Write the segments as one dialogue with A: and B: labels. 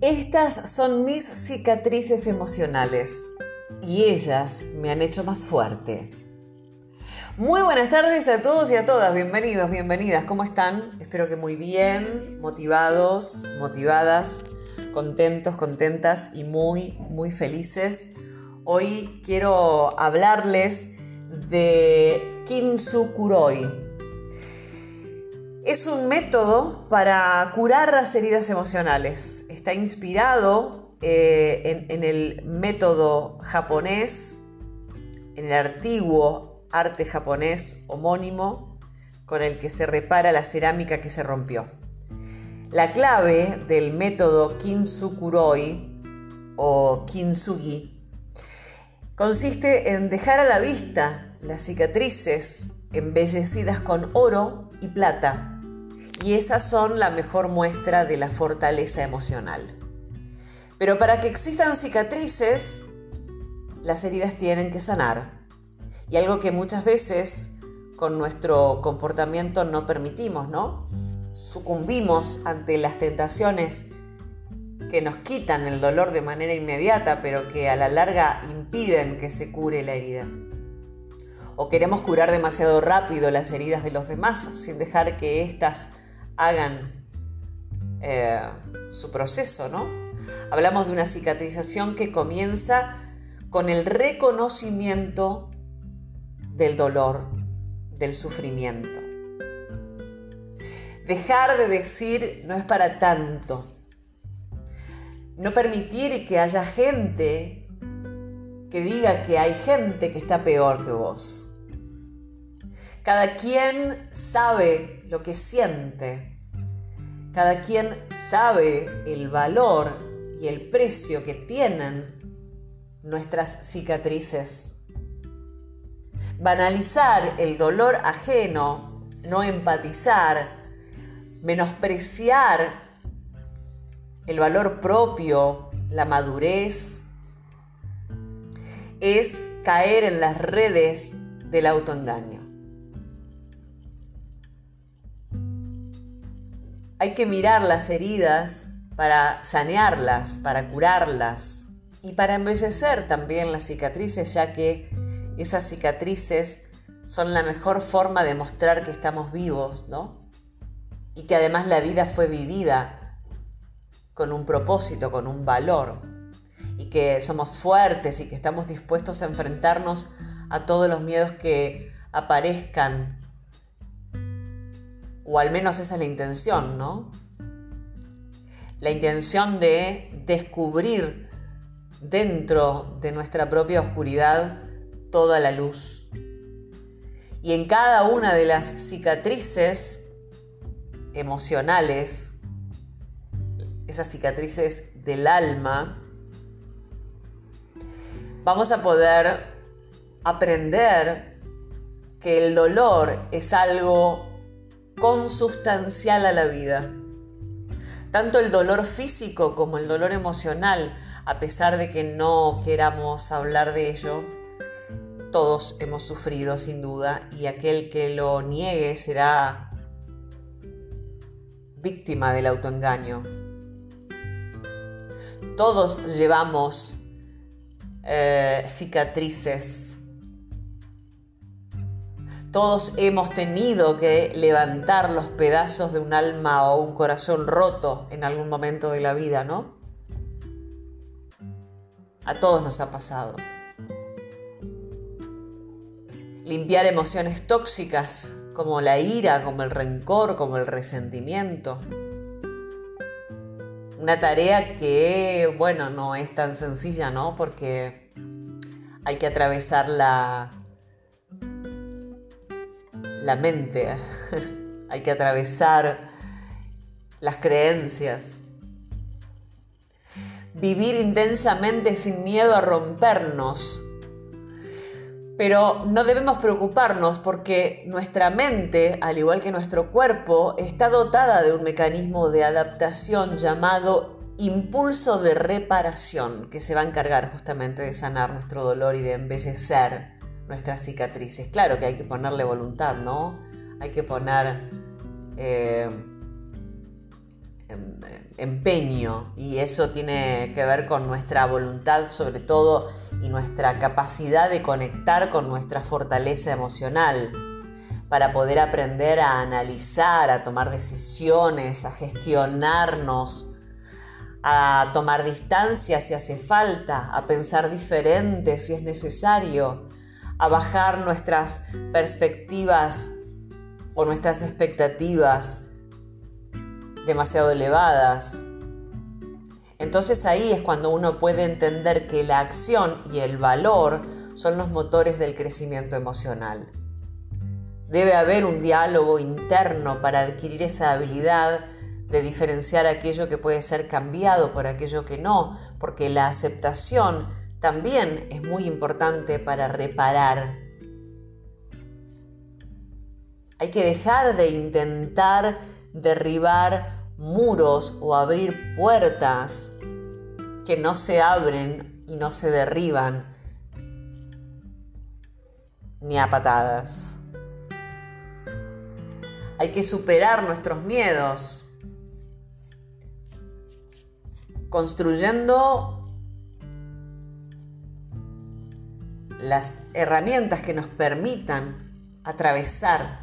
A: Estas son mis cicatrices emocionales y ellas me han hecho más fuerte. Muy buenas tardes a todos y a todas, bienvenidos, bienvenidas, ¿cómo están? Espero que muy bien, motivados, motivadas, contentos, contentas y muy felices. Hoy quiero hablarles de Kintsukuroi. Es un método para curar las heridas emocionales. Está inspirado en el método japonés, en el antiguo arte japonés homónimo con el que se repara la cerámica que se rompió. La clave del método Kintsukuroi o Kintsugi consiste en dejar a la vista las cicatrices embellecidas con oro y plata. Y esas son la mejor muestra de la fortaleza emocional. Pero para que existan cicatrices, las heridas tienen que sanar. Y algo que muchas veces con nuestro comportamiento no permitimos, ¿no? Sucumbimos ante las tentaciones que nos quitan el dolor de manera inmediata, pero que a la larga impiden que se cure la herida. O queremos curar demasiado rápido las heridas de los demás sin dejar que éstas hagan su proceso, ¿no? Hablamos de una cicatrización que comienza con el reconocimiento del dolor, del sufrimiento. Dejar de decir no es para tanto. No permitir que haya gente que diga que hay gente que está peor que vos. Cada quien sabe lo que siente. Cada quien sabe el valor y el precio que tienen nuestras cicatrices. Banalizar el dolor ajeno, no empatizar, menospreciar el valor propio, la madurez, es caer en las redes del autoengaño. Hay que mirar las heridas para sanearlas, para curarlas y para embellecer también las cicatrices, ya que esas cicatrices son la mejor forma de mostrar que estamos vivos, ¿no? Y que además la vida fue vivida con un propósito, con un valor, y que somos fuertes y que estamos dispuestos a enfrentarnos a todos los miedos que aparezcan. O al menos esa es la intención, ¿no? La intención de descubrir dentro de nuestra propia oscuridad toda la luz. Y en cada una de las cicatrices emocionales, esas cicatrices del alma, vamos a poder aprender que el dolor es algo consustancial a la vida. Tanto el dolor físico como el dolor emocional, a pesar de que no queramos hablar de ello, todos hemos sufrido sin duda, y aquel que lo niegue será víctima del autoengaño. Todos llevamos cicatrices. Todos hemos tenido que levantar los pedazos de un alma o un corazón roto en algún momento de la vida, ¿no? A todos nos ha pasado. Limpiar emociones tóxicas como la ira, como el rencor, como el resentimiento. Una tarea que, bueno, no es tan sencilla, ¿no? Porque hay que atravesar la mente, hay que atravesar las creencias. Vivir intensamente sin miedo a rompernos. Pero no debemos preocuparnos porque nuestra mente, al igual que nuestro cuerpo, está dotada de un mecanismo de adaptación llamado impulso de reparación, que se va a encargar justamente de sanar nuestro dolor y de embellecer nuestras cicatrices. Claro que hay que ponerle voluntad, ¿no? Hay que poner empeño, y eso tiene que ver con nuestra voluntad sobre todo y nuestra capacidad de conectar con nuestra fortaleza emocional para poder aprender a analizar, a tomar decisiones, a gestionarnos, a tomar distancia si hace falta, a pensar diferente si es necesario, a bajar nuestras perspectivas o nuestras expectativas demasiado elevadas. Entonces ahí es cuando uno puede entender que la acción y el valor son los motores del crecimiento emocional. Debe haber un diálogo interno para adquirir esa habilidad de diferenciar aquello que puede ser cambiado por aquello que no, porque la aceptación también es muy importante para reparar. Hay que dejar de intentar derribar muros o abrir puertas que no se abren y no se derriban ni a patadas. Hay que superar nuestros miedos, construyendo las herramientas que nos permitan atravesar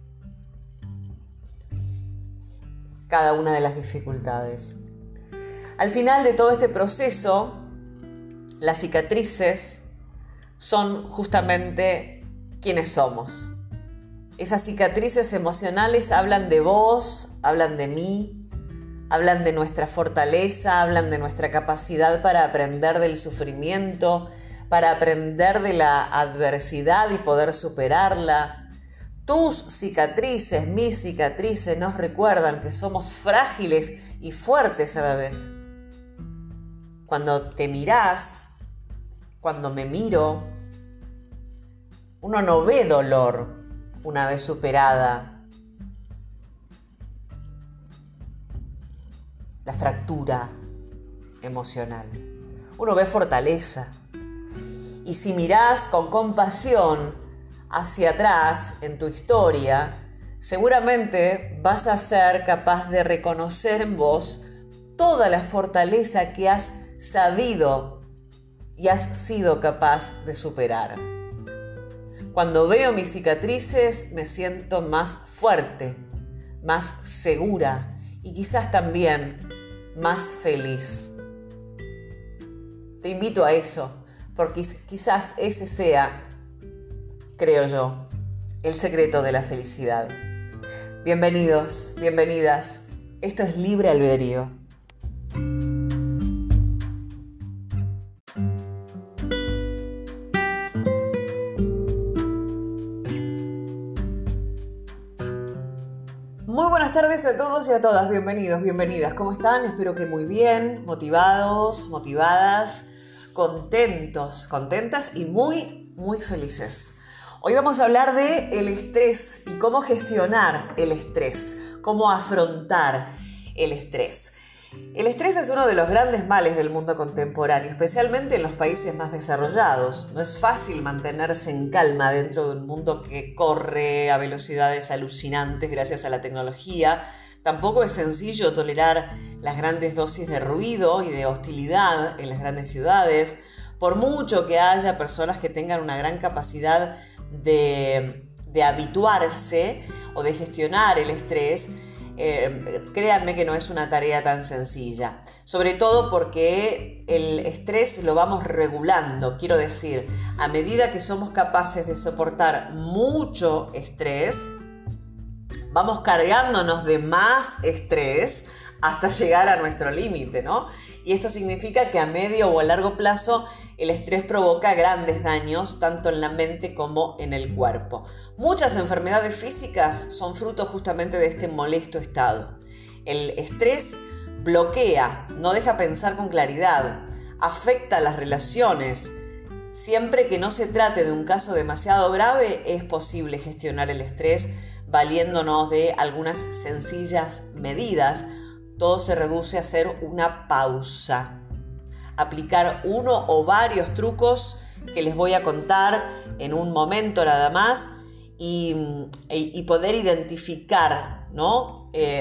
A: cada una de las dificultades. Al final de todo este proceso, las cicatrices son justamente quienes somos. Esas cicatrices emocionales hablan de vos, hablan de mí, hablan de nuestra fortaleza, hablan de nuestra capacidad para aprender del sufrimiento, para aprender de la adversidad y poder superarla. Tus cicatrices, mis cicatrices nos recuerdan que somos frágiles y fuertes a la vez. Cuando te mirás, cuando me miro, uno no ve dolor una vez superada la fractura emocional. Uno ve fortaleza. Y si mirás con compasión hacia atrás en tu historia, seguramente vas a ser capaz de reconocer en vos toda la fortaleza que has sabido y has sido capaz de superar. Cuando veo mis cicatrices me siento más fuerte, más segura y quizás también más feliz. Te invito a eso, porque quizás ese sea, creo yo, el secreto de la felicidad. Bienvenidos, bienvenidas. Esto es Libre Albedrío. Muy buenas tardes a todos y a todas. Bienvenidos, bienvenidas. ¿Cómo están? Espero que muy bien, motivados, motivadas, contentos, contentas y muy, muy felices. Hoy vamos a hablar de el estrés y cómo gestionar el estrés, cómo afrontar el estrés. El estrés es uno de los grandes males del mundo contemporáneo, especialmente en los países más desarrollados. No es fácil mantenerse en calma dentro de un mundo que corre a velocidades alucinantes gracias a la tecnología. Tampoco es sencillo tolerar las grandes dosis de ruido y de hostilidad en las grandes ciudades, por mucho que haya personas que tengan una gran capacidad de habituarse o de gestionar el estrés. Créanme que no es una tarea tan sencilla, sobre todo porque el estrés lo vamos regulando. Quiero decir, a medida que somos capaces de soportar mucho estrés, vamos cargándonos de más estrés hasta llegar a nuestro límite, ¿no? Y esto significa que a medio o a largo plazo el estrés provoca grandes daños tanto en la mente como en el cuerpo. Muchas enfermedades físicas son fruto justamente de este molesto estado. El estrés bloquea, no deja pensar con claridad, afecta las relaciones. Siempre que no se trate de un caso demasiado grave, es posible gestionar el estrés valiéndonos de algunas sencillas medidas. Todo se reduce a hacer una pausa, aplicar uno o varios trucos que les voy a contar en un momento nada más y poder identificar, ¿no?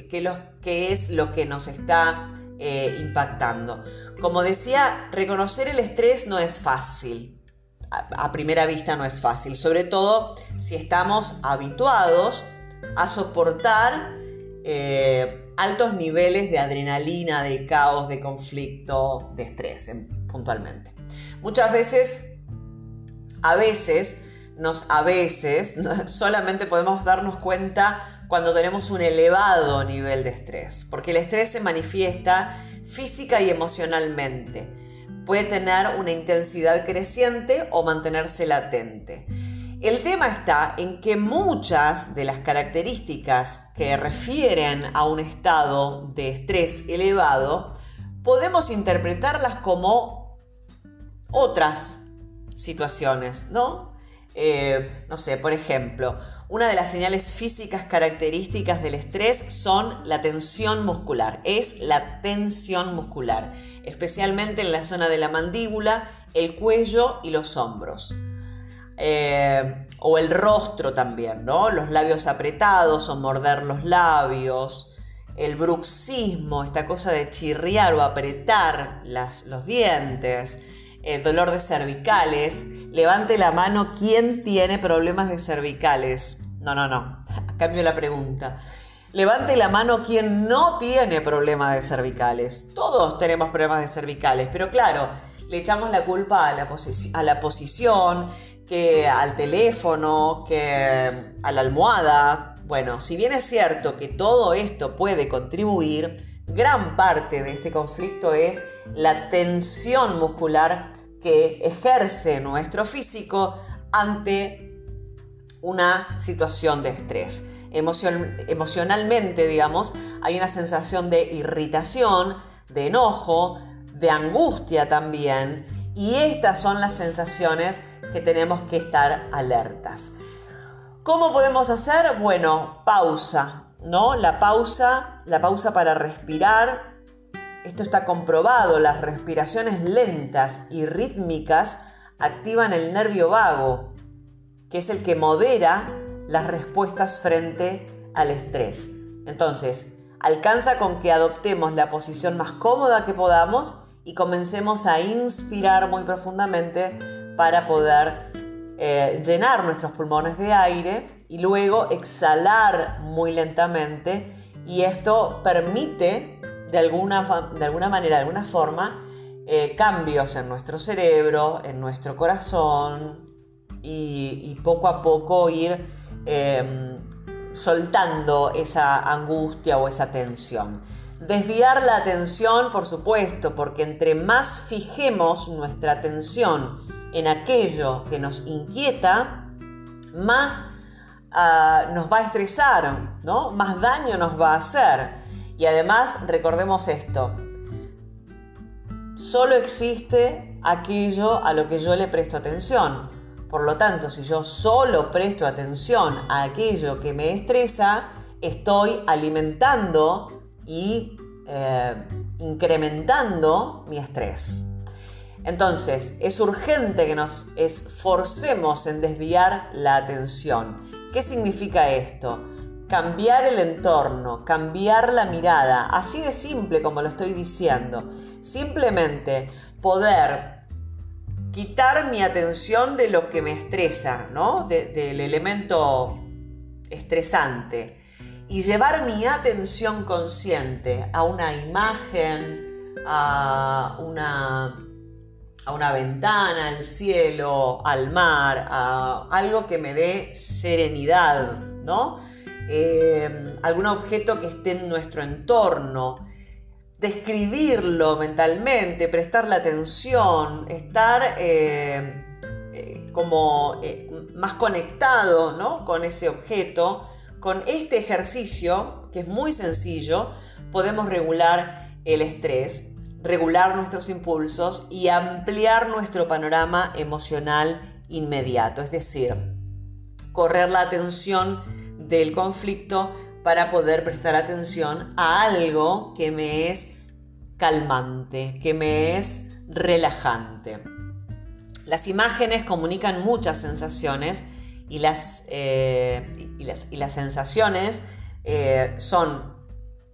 A: qué es lo que nos está impactando. Como decía, reconocer el estrés no es fácil. A primera vista no es fácil, sobre todo si estamos habituados a soportar altos niveles de adrenalina, de caos, de conflicto, de estrés, puntualmente. Muchas veces, solamente podemos darnos cuenta cuando tenemos un elevado nivel de estrés, porque el estrés se manifiesta física y emocionalmente. Puede tener una intensidad creciente o mantenerse latente. El tema está en que muchas de las características que refieren a un estado de estrés elevado podemos interpretarlas como otras situaciones, ¿no? No sé, por ejemplo, una de las señales físicas características del estrés son la tensión muscular. Es la tensión muscular, especialmente en la zona de la mandíbula, el cuello y los hombros. O el rostro también, ¿no? Los labios apretados o morder los labios, el bruxismo, esta cosa de chirriar o apretar los dientes, dolor de cervicales. Levante la mano quien tiene problemas de cervicales. No, cambio la pregunta. Levante la mano quien no tiene problemas de cervicales. Todos tenemos problemas de cervicales, pero claro, le echamos la culpa a la posición, que al teléfono, que a la almohada. Bueno, si bien es cierto que todo esto puede contribuir, gran parte de este conflicto es la tensión muscular que ejerce nuestro físico ante una situación de estrés. Emocionalmente, digamos, hay una sensación de irritación, de enojo, de angustia también, y estas son las sensaciones que tenemos que estar alertas. ¿Cómo podemos hacer? Bueno, pausa, ¿no? La pausa para respirar. Esto está comprobado, las respiraciones lentas y rítmicas activan el nervio vago, que es el que modera las respuestas frente al estrés. Entonces, alcanza con que adoptemos la posición más cómoda que podamos y comencemos a inspirar muy profundamente para poder llenar nuestros pulmones de aire y luego exhalar muy lentamente, y esto permite de alguna manera, de alguna forma, cambios en nuestro cerebro, en nuestro corazón, y poco a poco ir soltando esa angustia o esa tensión. Desviar la atención, por supuesto, porque entre más fijemos nuestra atención en aquello que nos inquieta, más nos va a estresar, ¿no? Más daño nos va a hacer. Y además, recordemos esto: solo existe aquello a lo que yo le presto atención. Por lo tanto, si yo solo presto atención a aquello que me estresa, estoy alimentando y incrementando mi estrés. Entonces, es urgente que nos esforcemos en desviar la atención. ¿Qué significa esto? Cambiar el entorno, cambiar la mirada, así de simple como lo estoy diciendo. Simplemente poder quitar mi atención de lo que me estresa, ¿no? Del elemento estresante, y llevar mi atención consciente a una imagen, a una ventana, al cielo, al mar, a algo que me dé serenidad, ¿no? Algún objeto que esté en nuestro entorno, describirlo mentalmente, prestarle atención, estar más conectado, ¿no? Con ese objeto. Con este ejercicio, que es muy sencillo, podemos regular el estrés, regular nuestros impulsos y ampliar nuestro panorama emocional inmediato. Es decir, correr la atención del conflicto para poder prestar atención a algo que me es calmante, que me es relajante. Las imágenes comunican muchas sensaciones y las sensaciones son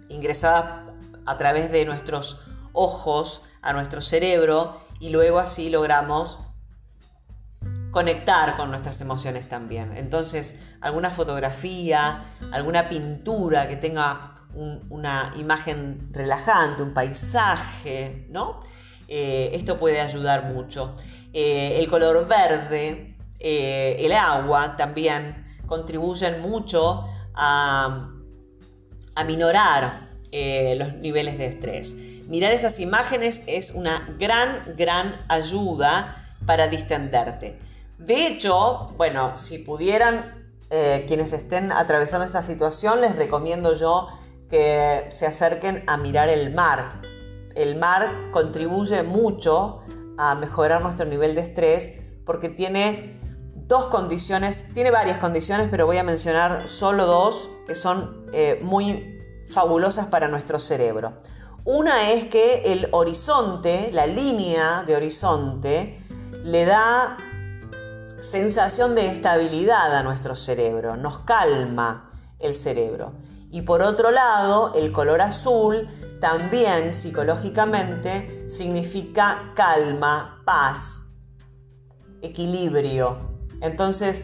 A: ingresada a través de nuestros ojos a nuestro cerebro, y luego así logramos conectar con nuestras emociones también. Entonces, alguna fotografía, alguna pintura que tenga una imagen relajante, un paisaje, ¿no? Esto puede ayudar mucho. El color verde, el agua también contribuyen mucho a minorar los niveles de estrés. Mirar esas imágenes es una gran ayuda para distenderte. De hecho, bueno, si pudieran, quienes estén atravesando esta situación, les recomiendo yo que se acerquen a mirar el mar. El mar contribuye mucho a mejorar nuestro nivel de estrés porque tiene varias condiciones, pero voy a mencionar solo dos que son muy fabulosas para nuestro cerebro. Una es que el horizonte, la línea de horizonte, le da sensación de estabilidad a nuestro cerebro, nos calma el cerebro. Y por otro lado, el color azul también psicológicamente significa calma, paz, equilibrio. Entonces,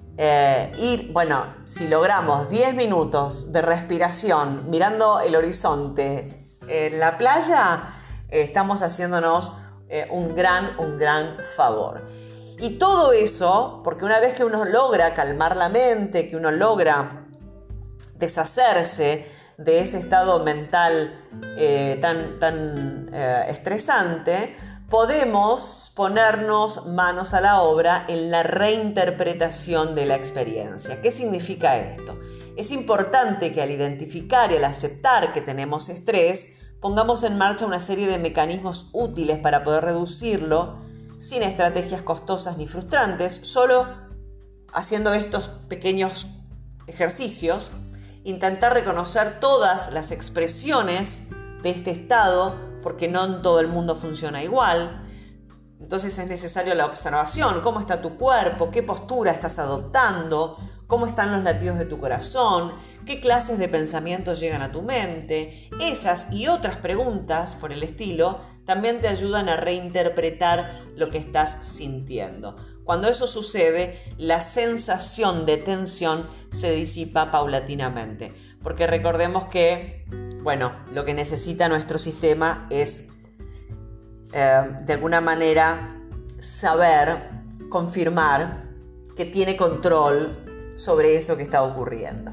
A: si logramos 10 minutos de respiración mirando el horizonte en la playa, estamos haciéndonos un gran favor. Y todo eso, porque una vez que uno logra calmar la mente, que uno logra deshacerse de ese estado mental tan estresante, podemos ponernos manos a la obra en la reinterpretación de la experiencia. ¿Qué significa esto? Es importante que al identificar y al aceptar que tenemos estrés, pongamos en marcha una serie de mecanismos útiles para poder reducirlo sin estrategias costosas ni frustrantes, solo haciendo estos pequeños ejercicios. Intentar reconocer todas las expresiones de este estado, porque no en todo el mundo funciona igual. Entonces es necesario la observación. ¿Cómo está tu cuerpo? ¿Qué postura estás adoptando? ¿Cómo están los latidos de tu corazón? ¿Qué clases de pensamientos llegan a tu mente? Esas y otras preguntas por el estilo también te ayudan a reinterpretar lo que estás sintiendo. Cuando eso sucede, la sensación de tensión se disipa paulatinamente. Porque recordemos que, lo que necesita nuestro sistema es, de alguna manera, saber, confirmar que tiene control sobre eso que está ocurriendo.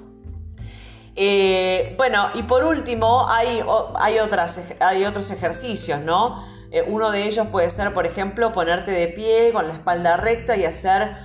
A: Y por último, hay otros ejercicios, ¿no? Uno de ellos puede ser, por ejemplo, ponerte de pie con la espalda recta y hacer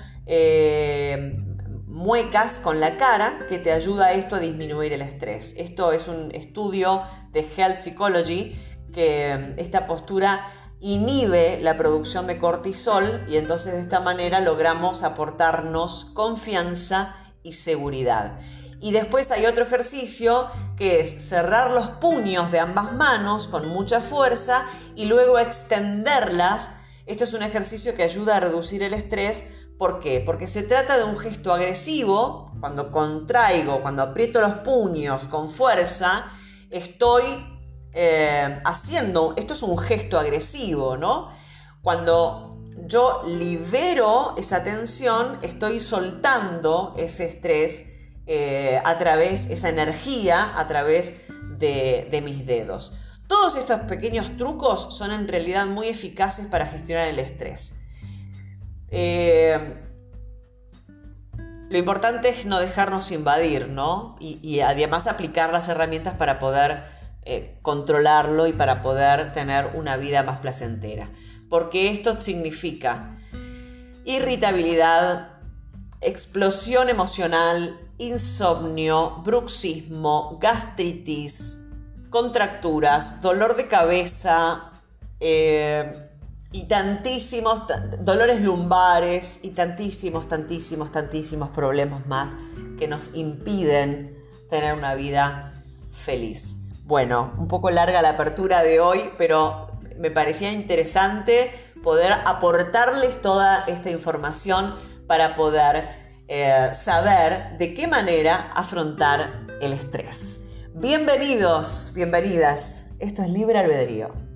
A: muecas con la cara, que te ayuda a esto a disminuir el estrés. Esto es un estudio de Health Psychology, que esta postura inhibe la producción de cortisol y entonces de esta manera logramos aportarnos confianza y seguridad. Y después hay otro ejercicio que es cerrar los puños de ambas manos con mucha fuerza y luego extenderlas. Este es un ejercicio que ayuda a reducir el estrés. ¿Por qué? Porque se trata de un gesto agresivo. Cuando contraigo, cuando aprieto los puños con fuerza, estoy haciendo, esto es un gesto agresivo, ¿no? Cuando yo libero esa tensión, estoy soltando ese estrés esa energía a través de mis dedos. Todos estos pequeños trucos son en realidad muy eficaces para gestionar el estrés. Lo importante es no dejarnos invadir, ¿no? Y además aplicar las herramientas para poder controlarlo y para poder tener una vida más placentera. Porque esto significa irritabilidad, explosión emocional, insomnio, bruxismo, gastritis, contracturas, dolor de cabeza y tantísimos dolores lumbares y tantísimos problemas más que nos impiden tener una vida feliz. Bueno, un poco larga la apertura de hoy, pero me parecía interesante poder aportarles toda esta información para poder saber de qué manera afrontar el estrés. Bienvenidos, bienvenidas. Esto es Libre Albedrío.